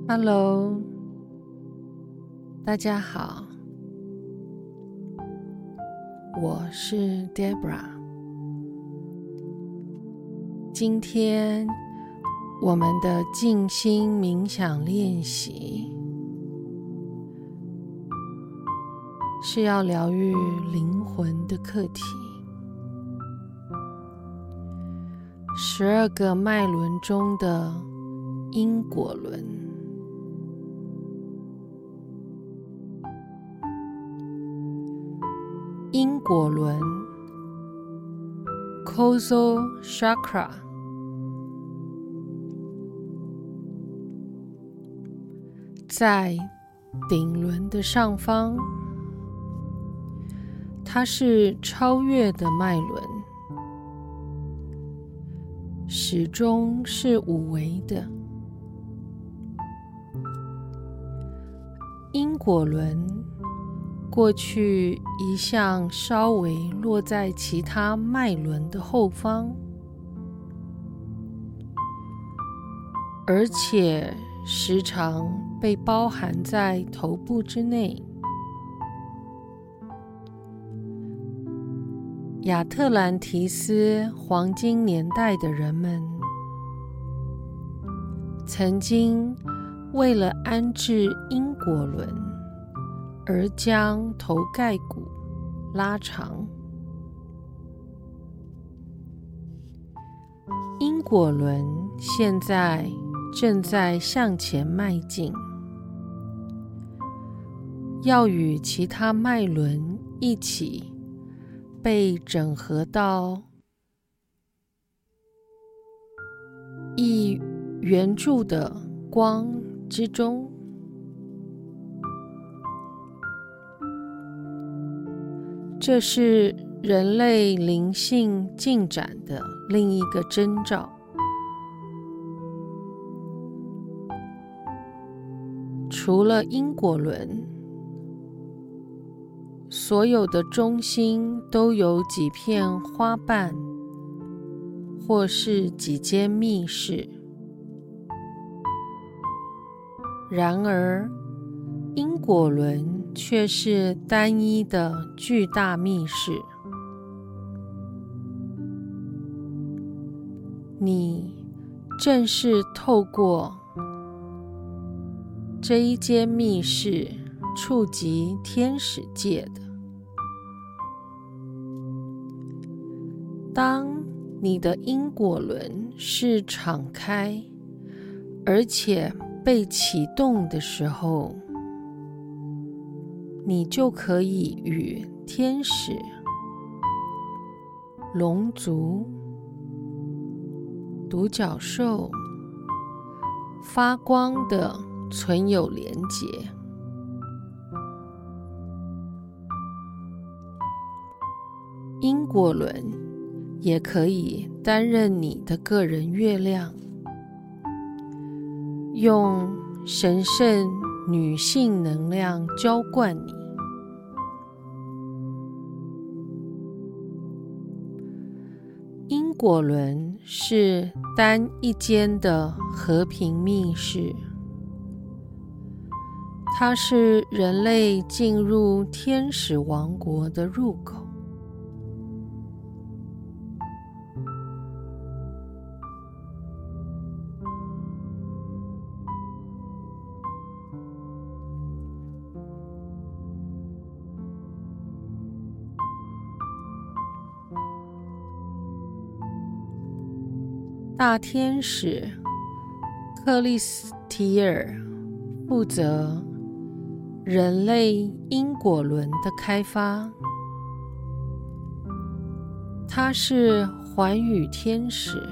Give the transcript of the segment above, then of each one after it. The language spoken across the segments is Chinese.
Hello， 大家好，我是 Debra。今天我们的静心冥想练习是要疗愈灵魂的课题。12个脉轮中的因果轮。因果轮 Causal Chakra 在顶轮的上方，它是超越的脉轮，始终是五维的。因果轮过去一向稍微落在其他脉轮的后方，而且时常被包含在头部之内。亚特兰提斯黄金年代的人们曾经为了安置因果轮而将头盖骨拉长。因果轮现在正在向前迈进，要与其他脉轮一起被整合到一圆柱的光之中。这是人类灵性进展的另一个征兆。除了因果轮，所有的中心都有几片花瓣，或是几间密室。然而，因果轮却是单一的巨大密室。你正是透过这一间密室触及天使界的。当你的因果轮是敞开而且被启动的时候，你就可以与天使、龙族、独角兽、发光的存有连结。因果轮也可以担任你的个人月亮，用神圣女性能量浇灌你。因果轮是单一间的和平密室，它是人类进入天使王国的入口。大天使克里斯提尔负责人类因果轮的开发，他是寰宇天使，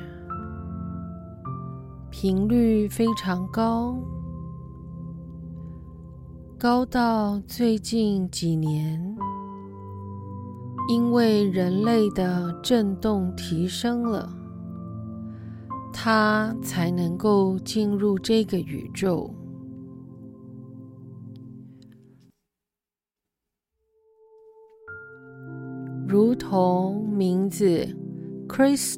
频率非常高，高到最近几年，因为人类的振动提升了，它才能够进入这个宇宙。如同名字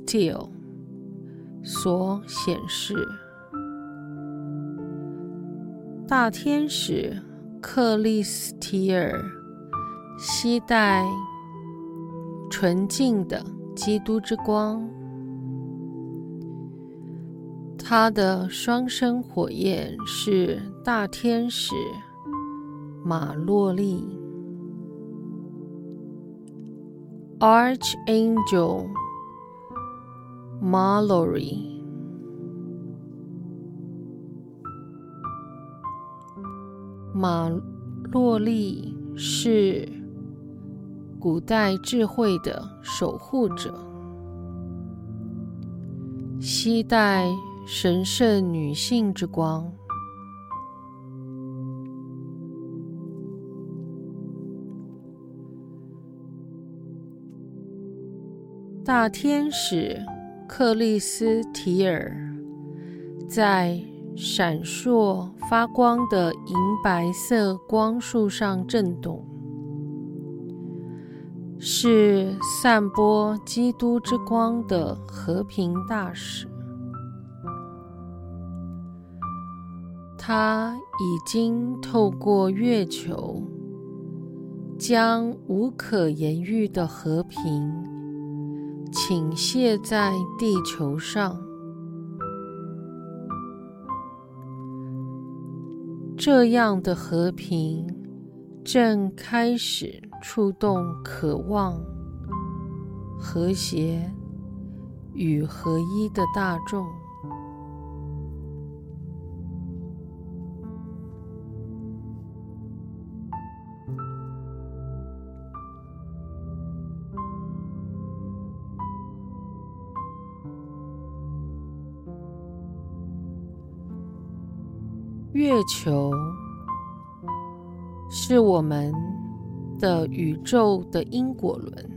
Crystal 所显示， 大天使克利斯提尔携带纯净的基督之光，他的双生火焰是大天使马洛利 Archangel Mallory。 马洛利是古代智慧的守护者，携带神圣女性之光。大天使克利斯提尔在闪烁发光的银白色光束上震动，是散播基督之光的和平大使。他已经透过月球，将无可言喻的和平倾泻在地球上。这样的和平正开始触动渴望和谐与合一的大众。月球是我们的宇宙的因果轮，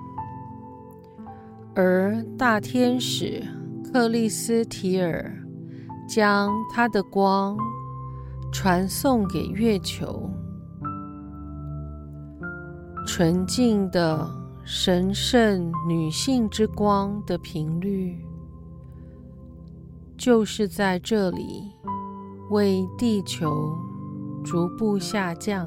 而大天使克利斯提尔将他的光传送给月球。纯净的神圣女性之光的频率，就是在这里为地球逐步下降。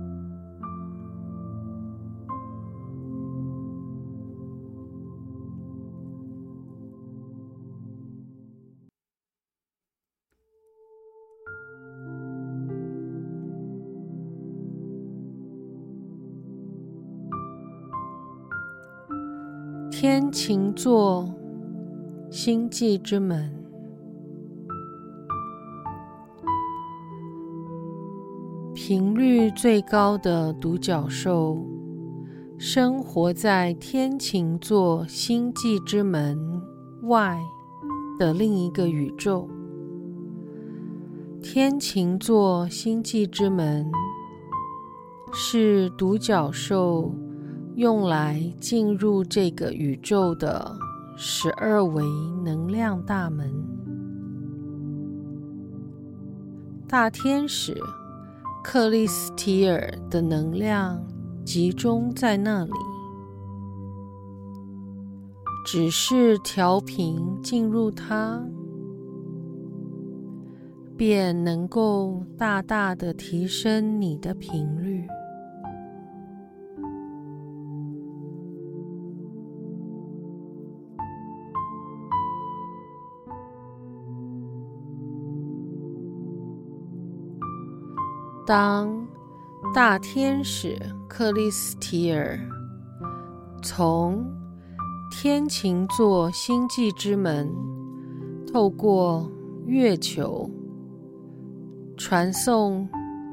天琴座星际之门，频率最高的独角兽生活在天琴座星际之门外的另一个宇宙。天琴座星际之门是独角兽用来进入这个宇宙的12维能量大门。大天使克利斯提尔的能量集中在那里，只是调频进入它，便能够大大的提升你的频率。当大天使克利斯提尔从天琴座星际之门透过月球传送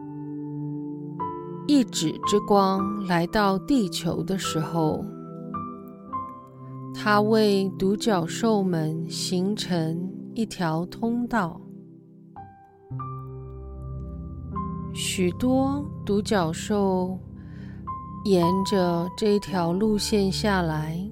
一指之光来到地球的时候，它为独角兽们形成一条通道。许多独角兽沿着这条路线下来，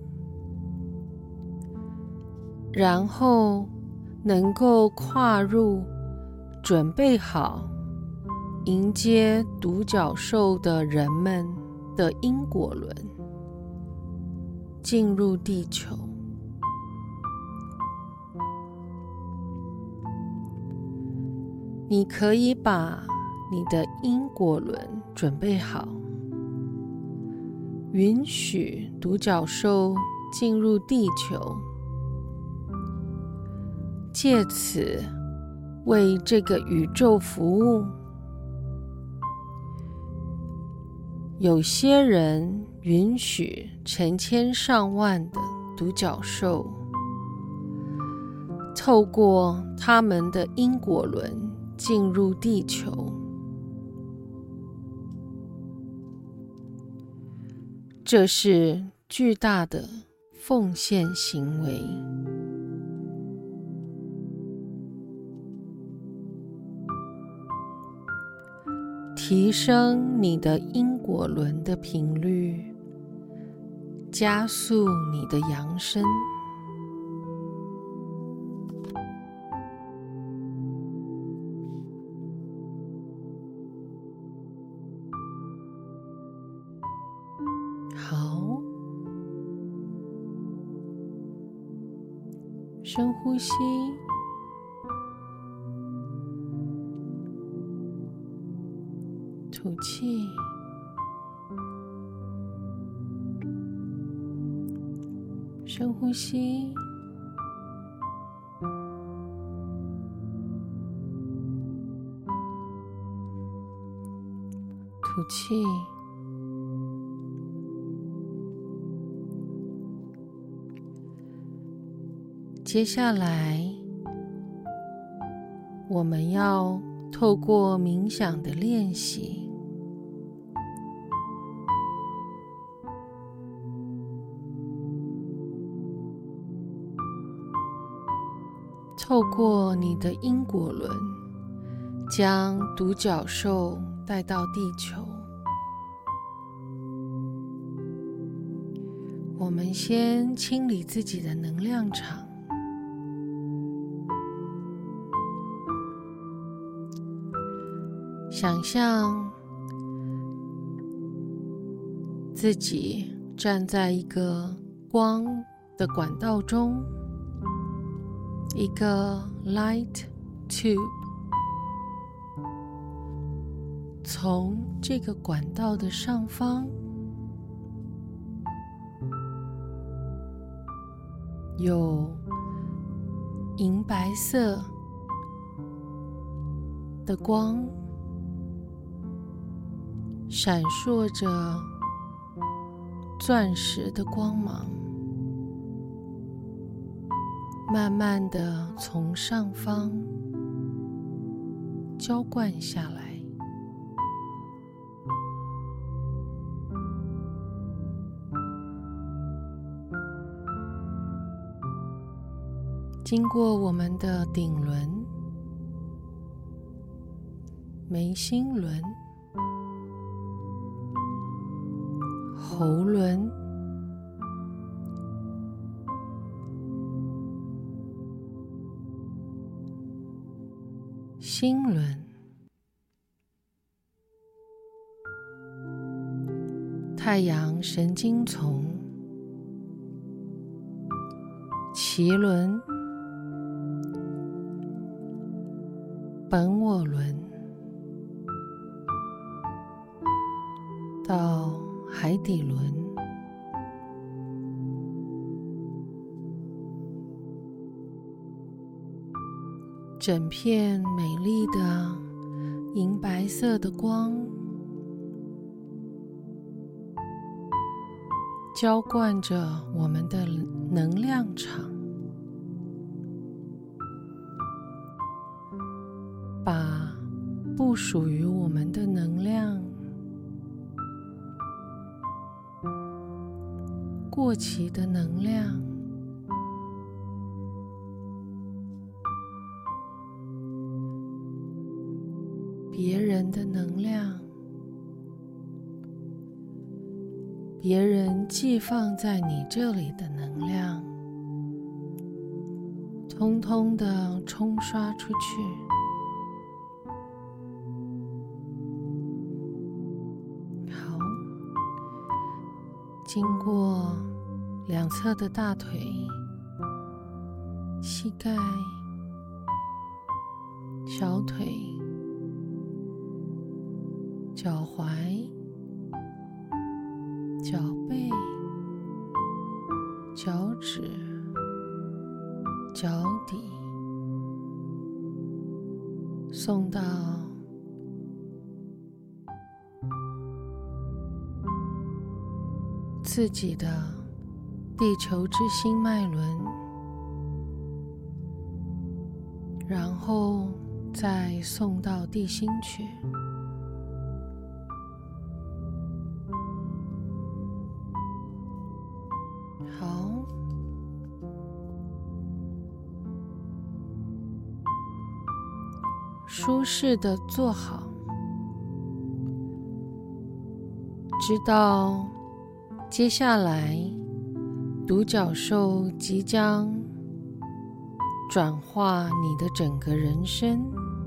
然后能够跨入准备好迎接独角兽的人们的因果轮，进入地球。 你可以把你的因果轮准备好，允许独角兽进入地球，借此为这个宇宙服务。有些人允许成千上万的独角兽透过他们的因果轮进入地球，这是巨大的奉献行为。提升你的因果轮的频率，加速你的扬升。好，深呼吸，吐气，深呼吸，吐气。接下来，我们要透过冥想的练习，透过你的因果轮，将独角兽带到地球。我们先清理自己的能量场，想象自己站在一个光的管道中，一个 light tube， 从这个管道的上方有银白色的光闪烁着钻石的光芒，慢慢地从上方浇灌下来。经过我们的顶轮、眉心轮、喉轮、心轮、太阳神经丛、脐轮、本我轮，到海底轮，整片美丽的银白色的光浇灌着我们的能量场，把不属于我们的能量、过期的能量、别人的能量、别人寄放在你这里的能量，通通的冲刷出去。好，经过两侧的大腿、膝盖、小腿、 脚踝、脚背、脚趾、脚底，送到自己的地球之心脉轮，然后再送到地心去。好，舒适的坐好，知道接下来独角兽即将转化你的整个人生。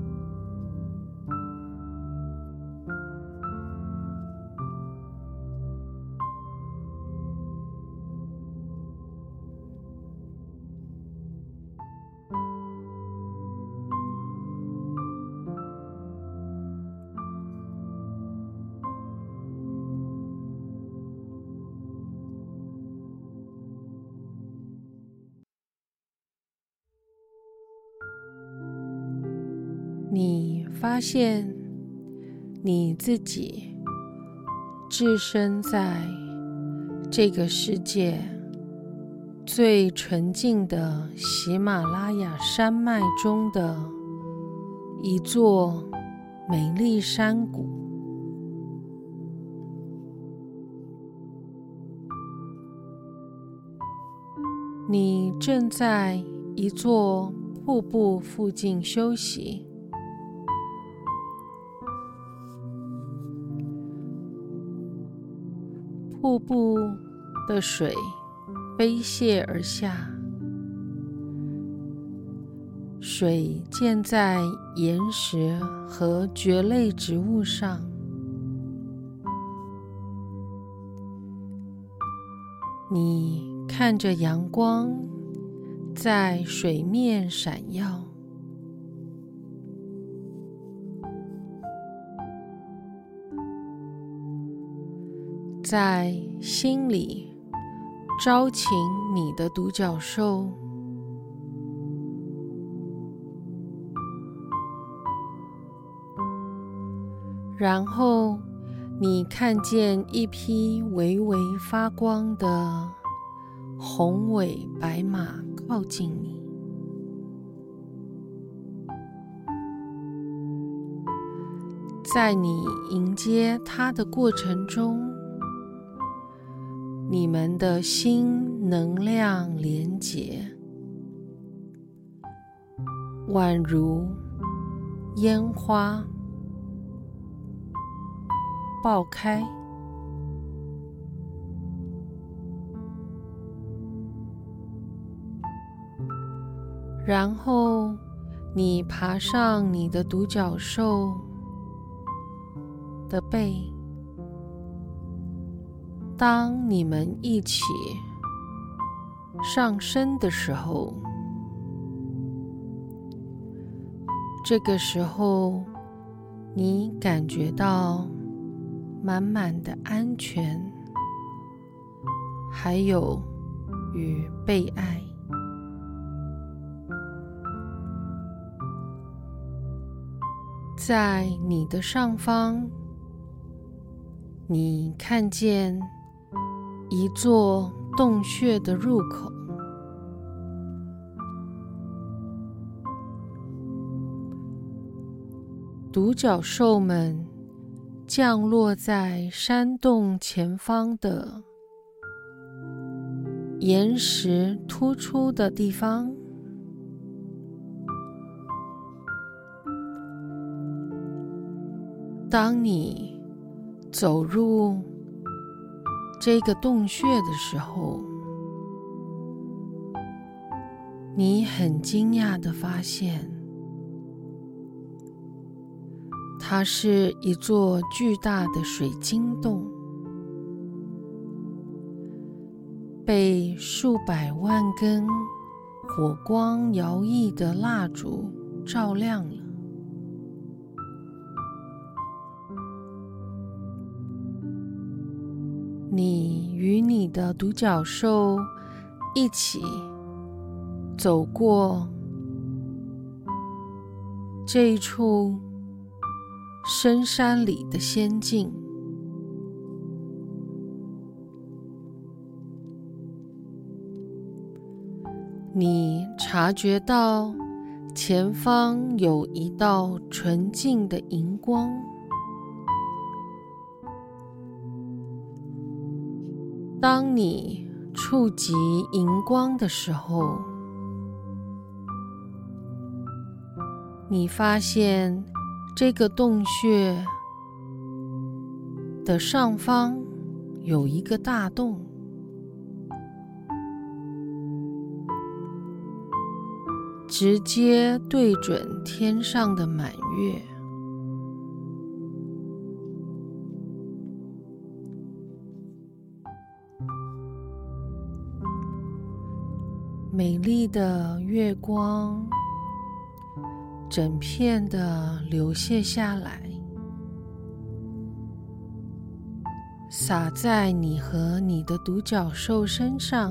你发现你自己置身在这个世界最纯净的喜马拉雅山脉中的一座美丽山谷。你正在一座瀑布附近休息。瀑布的水飞泻而下，水溅在岩石和蕨类植物上。你看着阳光在水面闪耀，在心里招请你的独角兽，然后你看见一匹微微发光的红尾白马靠近你。在你迎接它的过程中，你们的心能量连结，宛如烟花爆开，然后你爬上你的独角兽的背。当你们一起上升的时候，这个时候你感觉到满满的安全，还有与被爱。在你的上方，你看见一座洞穴的入口，独角兽们降落在山洞前方的岩石突出的地方。当你走入这个洞穴的时候，你很惊讶地发现，它是一座巨大的水晶洞，被数百万根火光摇曳的蜡烛照亮了。 你与你的独角兽一起走过这一处深山里的仙境。你察觉到前方有一道纯净的银光，当你触及银光的时候，你发现这个洞穴的上方有一个大洞，直接对准天上的满月。美丽的月光整片的流泻下来，洒在你和你的独角兽身上。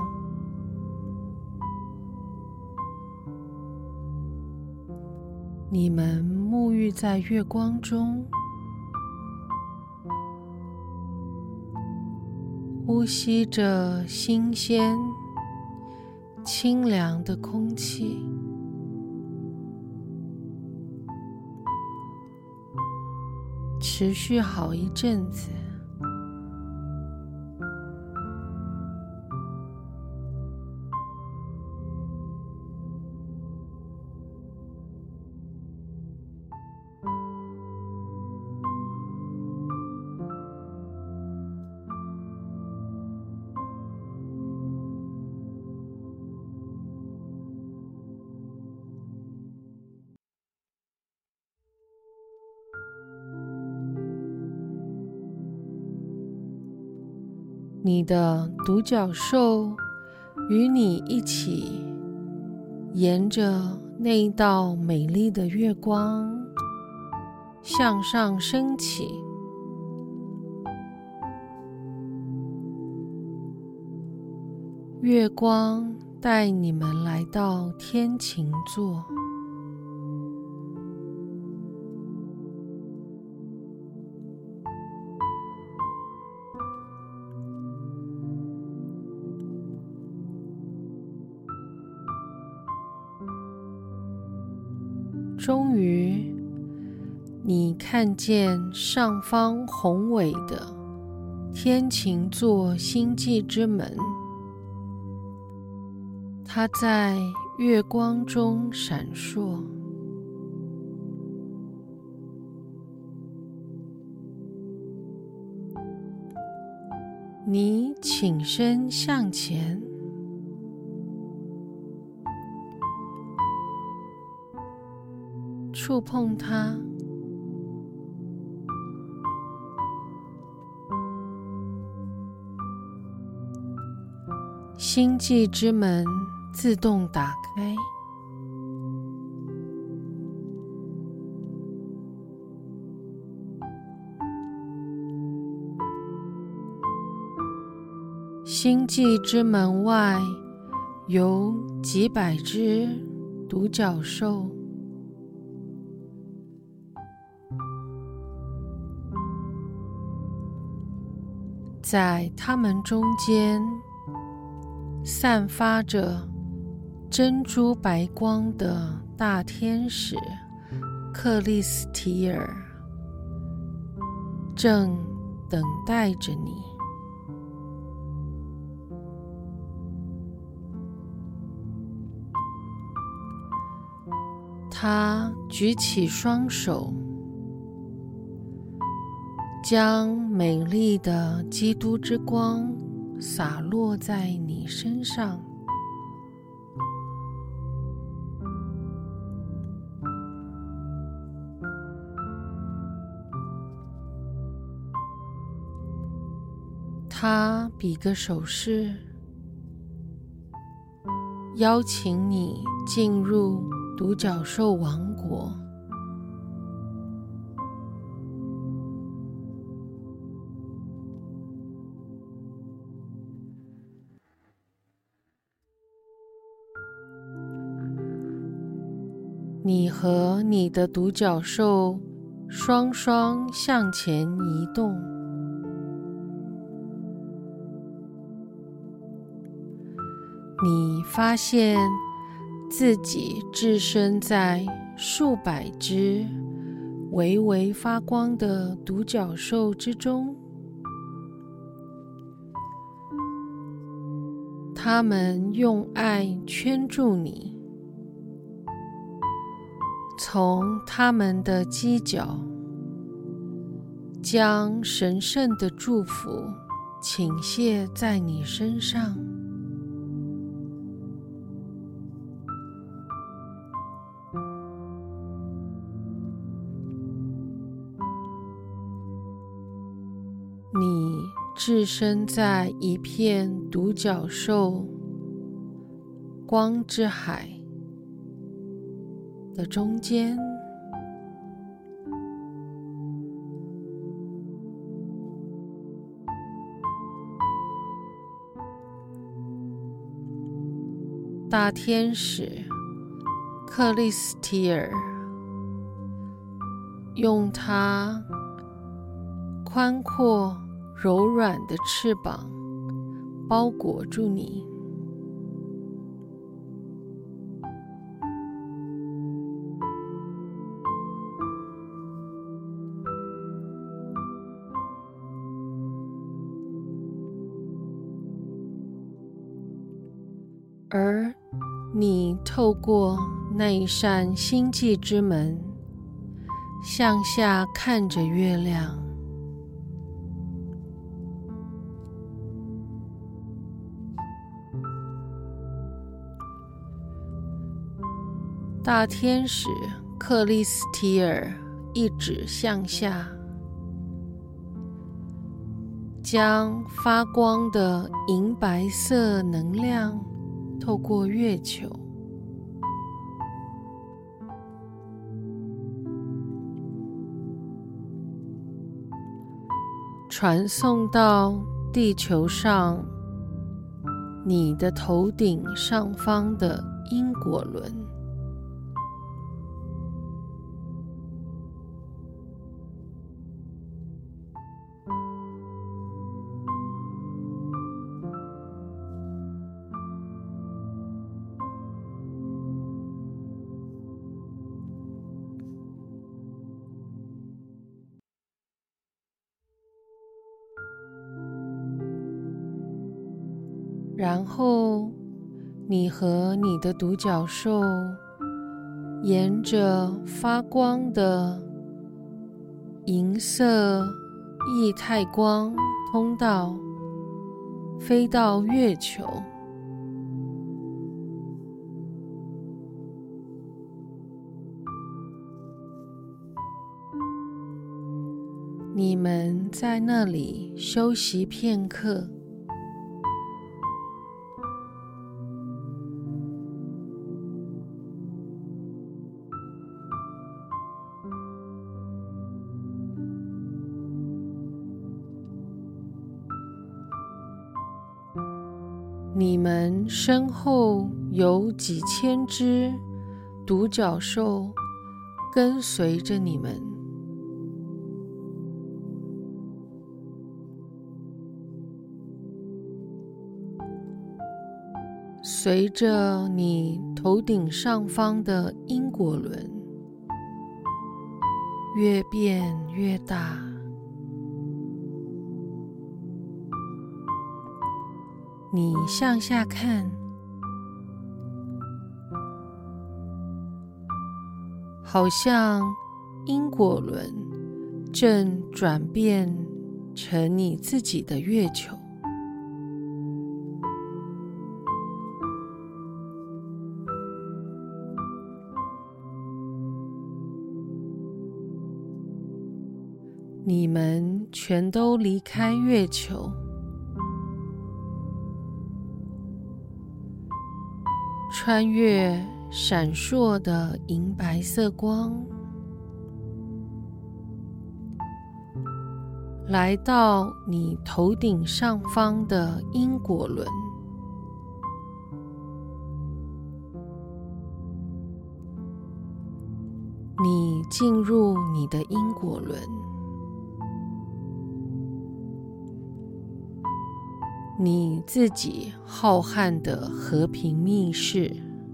你们沐浴在月光中，呼吸着新鲜、清凉的空气。持续好一阵子。你的独角兽与你一起沿着那一道美丽的月光向上升起，月光带你们来到天琴座。终于，你看见上方宏伟的天琴座星际之门，它在月光中闪烁。你倾身向前，触碰它，星际之门自动打开。星际之门外有几百只独角兽，在它们中间散发着珍珠白光的大天使克里斯提尔正等待着你。他举起双手，将美丽的基督之光洒落在你身上。他比个手势，邀请你进入独角兽王国。 你和你的独角兽双双向前移动。你发现自己置身在数百只微微发光的独角兽之中，它们用爱圈住你，从它们的犄角将神圣的祝福倾泻在你身上。你置身在一片独角兽光之海的中间，大天使克里斯提尔用它宽阔柔软的翅膀包裹住你，而你透过那一扇星际之门向下看着月亮，大天使克里斯提尔一指向下，将发光的银白色能量透过月球传送到地球上你的头顶上方的因果轮。然后你和你的独角兽沿着发光的银色液态光通道飞到月球，你们在那里休息片刻。你们身后有几千只独角兽跟随着你们，随着你头顶上方的因果轮越变越大。你向下看，好像因果轮正转变成你自己的月球。你们全都离开月球，穿越闪烁的银白色光，来到你头顶上方的因果轮。 进入你的因果轮。你自己浩瀚的和平密室，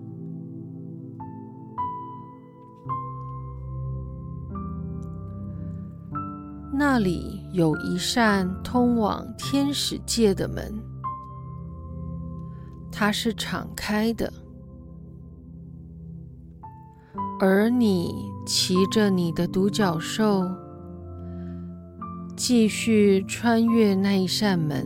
那里有一扇通往天使界的门，它是敞开的，而你骑着你的独角兽，继续穿越那一扇门。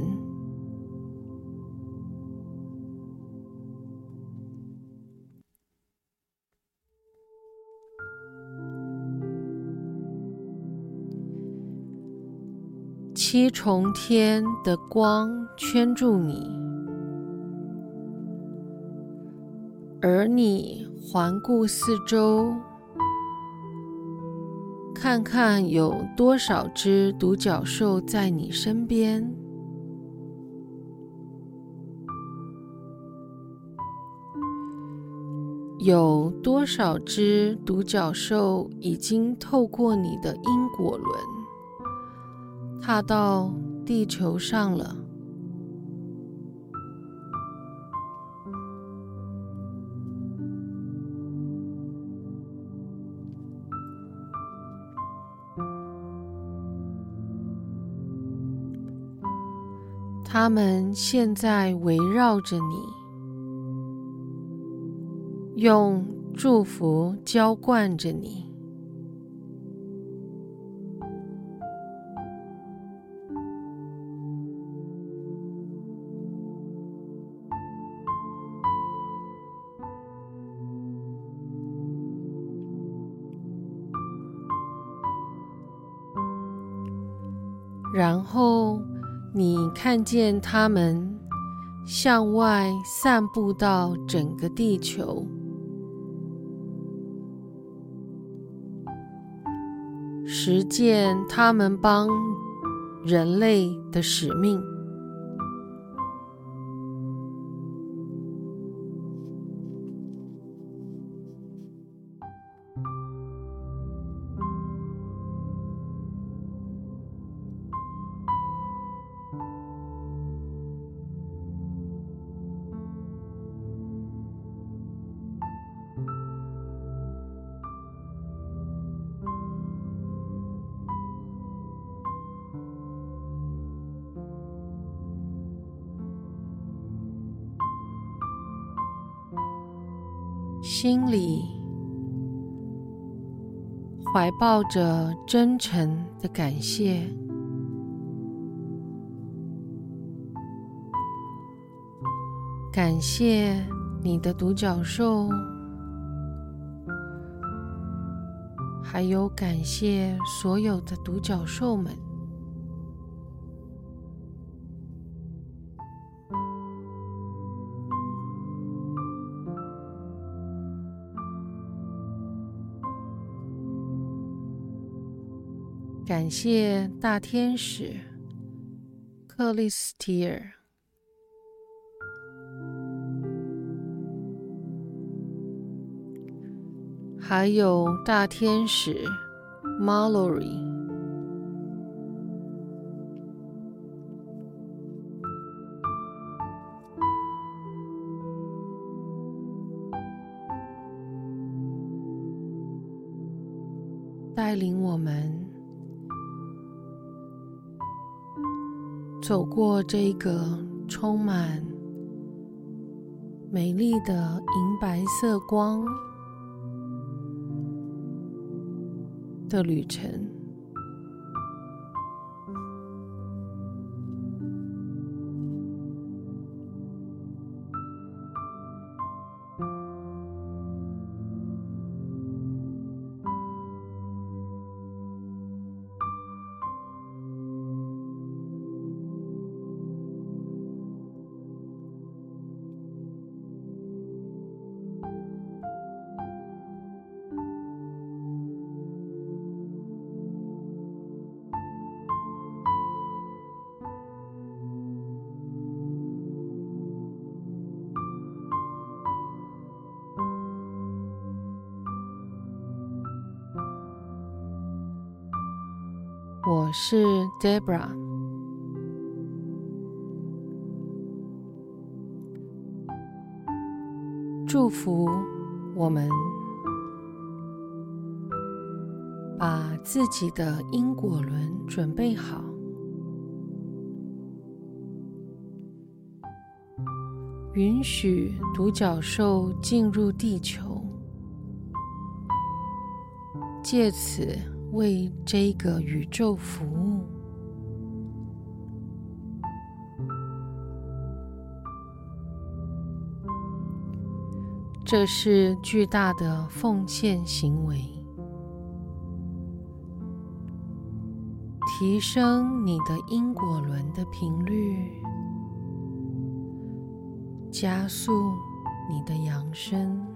七重天的光圈住你，而你环顾四周，看看有多少只独角兽在你身边。有多少只独角兽已经透过你的因果轮踏到地球上了？他们现在围绕着你，用祝福浇灌着你。然后你看见它们向外散布到整个地球，实践他们帮人类的使命。心里怀抱着真诚的感谢，感谢你的独角兽，还有感谢所有的独角兽们。感谢大天使克里斯提尔，还有大天使 Mallory， 带领我们走过这个充满美丽的银白色光的旅程。 我是 Debra。祝福我们把自己的因果轮准备好，允许独角兽进入地球，借此为这个宇宙服务。这是巨大的奉献行为，提升你的因果轮的频率，加速你的扬升。